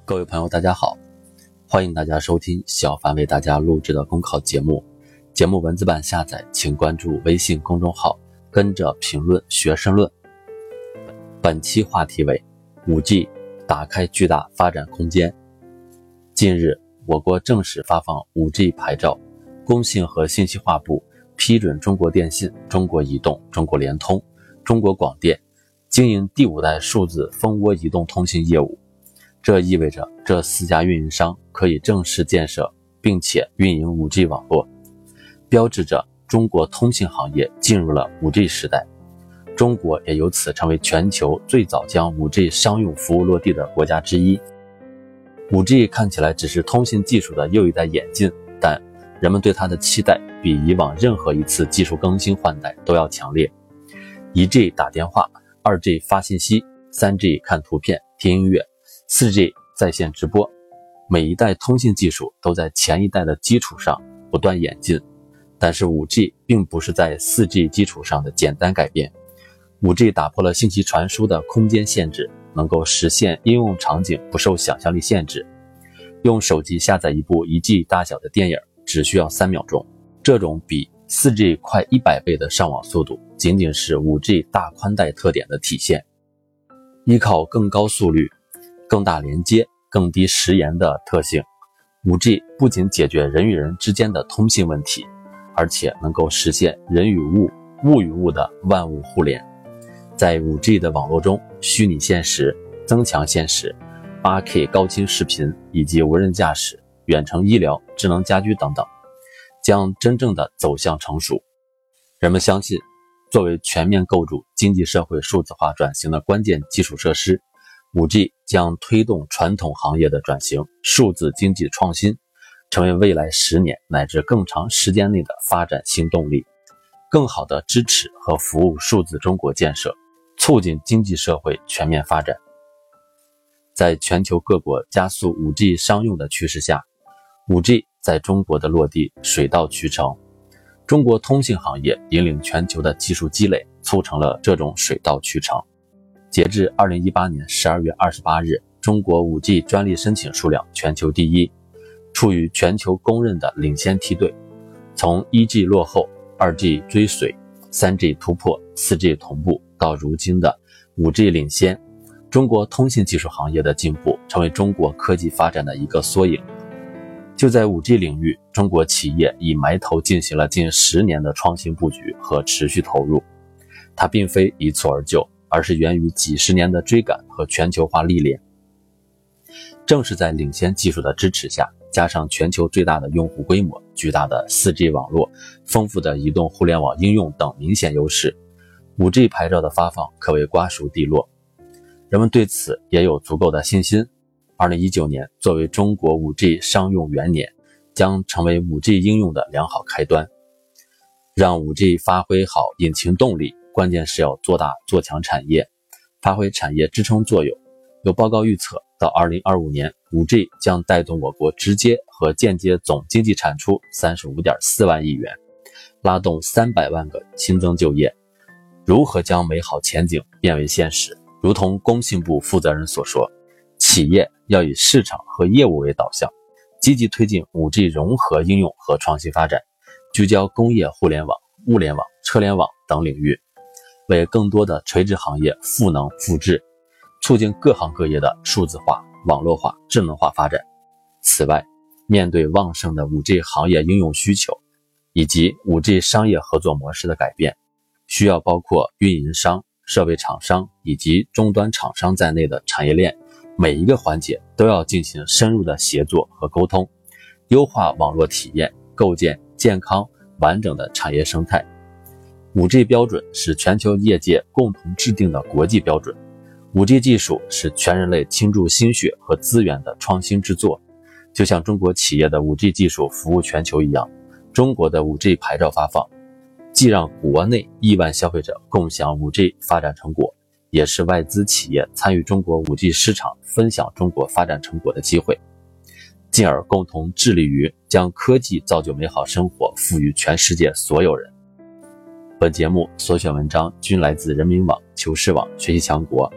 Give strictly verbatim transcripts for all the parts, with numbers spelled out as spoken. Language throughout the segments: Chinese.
各位朋友大家好，欢迎大家收听小凡为大家录制的公考节目。节目文字版下载请关注微信公众号，跟着评论学申论。本期话题为 五 G 打开巨大发展空间。近日，我国正式发放 五 G 牌照，工信和信息化部批准中国电信、中国移动、中国联通、中国广电经营第五代数字蜂窝移动通信业务。这意味着这四家运营商可以正式建设并且运营 五 G 网络，标志着中国通信行业进入了 五 G 时代。中国也由此成为全球最早将 五 G 商用服务落地的国家之一。五 G 看起来只是通信技术的又一代演进，但人们对它的期待比以往任何一次技术更新换代都要强烈。一 G 打电话，二 G 发信息，三 G 看图片、听音乐，四 G 在线直播，每一代通信技术都在前一代的基础上不断演进。但是 五 G 并不是在 四 G 基础上的简单改变， 五 G 打破了信息传输的空间限制，能够实现应用场景不受想象力限制。用手机下载一部一 G 大小的电影只需要三秒钟，这种比 四 G 快一百倍的上网速度仅仅是 五 G 大宽带特点的体现。依靠更高速率、更大连接、更低时延的特性， 五 G 不仅解决人与人之间的通信问题，而且能够实现人与物、物与物的万物互联。在 五 G 的网络中，虚拟现实、增强现实、八 K 高清视频以及无人驾驶、远程医疗、智能家居等等，将真正的走向成熟。人们相信，作为全面构筑经济社会数字化转型的关键基础设施， 五 G 将推动传统行业的转型，数字经济创新成为未来十年乃至更长时间内的发展新动力，更好地支持和服务数字中国建设，促进经济社会全面发展。在全球各国加速 五 G 商用的趋势下， 五 G 在中国的落地水到渠成。中国通信行业引领全球的技术积累，促成了这种水到渠成。截至二零一八年十二月二十八日，中国 五 G 专利申请数量全球第一，处于全球公认的领先梯队。从 一 G 落后、二 G 追随、三 G 突破、四 G 同步到如今的 五 G 领先，中国通信技术行业的进步成为中国科技发展的一个缩影。就在 五 G 领域，中国企业已埋头进行了近十年的创新布局和持续投入。它并非一蹴而就，而是源于几十年的追赶和全球化历练。正是在领先技术的支持下，加上全球最大的用户规模、巨大的 四 G 网络、丰富的移动互联网应用等明显优势， 五 G 牌照的发放可谓瓜熟蒂落。人们对此也有足够的信心。二零一九年作为中国 五 G 商用元年，将成为 五 G 应用的良好开端。让 五 G 发挥好引擎动力，关键是要做大做强产业，发挥产业支撑作用。有报告预测，到二零二五年 五 G 将带动我国直接和间接总经济产出 三十五点四万亿元，拉动三百万个新增就业。如何将美好前景变为现实？如同工信部负责人所说，企业要以市场和业务为导向，积极推进 五 G 融合应用和创新发展，聚焦工业互联网、物联网、车联网等领域，为更多的垂直行业赋能赋智，促进各行各业的数字化、网络化、智能化发展。此外，面对旺盛的 五 G 行业应用需求以及 五 G 商业合作模式的改变，需要包括运营商、设备厂商以及终端厂商在内的产业链每一个环节都要进行深入的协作和沟通，优化网络体验，构建健康完整的产业生态。 五 G 标准是全球业界共同制定的国际标准， 五 G 技术是全人类倾注心血和资源的创新之作。就像中国企业的 五 G 技术服务全球一样，中国的 五 G 牌照发放既让国内亿万消费者共享 五 G 发展成果，也是外资企业参与中国 五 G 市场分享中国发展成果的机会，进而共同致力于将科技造就美好生活赋予全世界所有人。本节目所选文章均来自人民网、求是网、学习强国。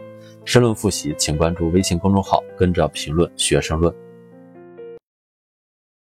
申论复习请关注微信公众号跟着评论学申论。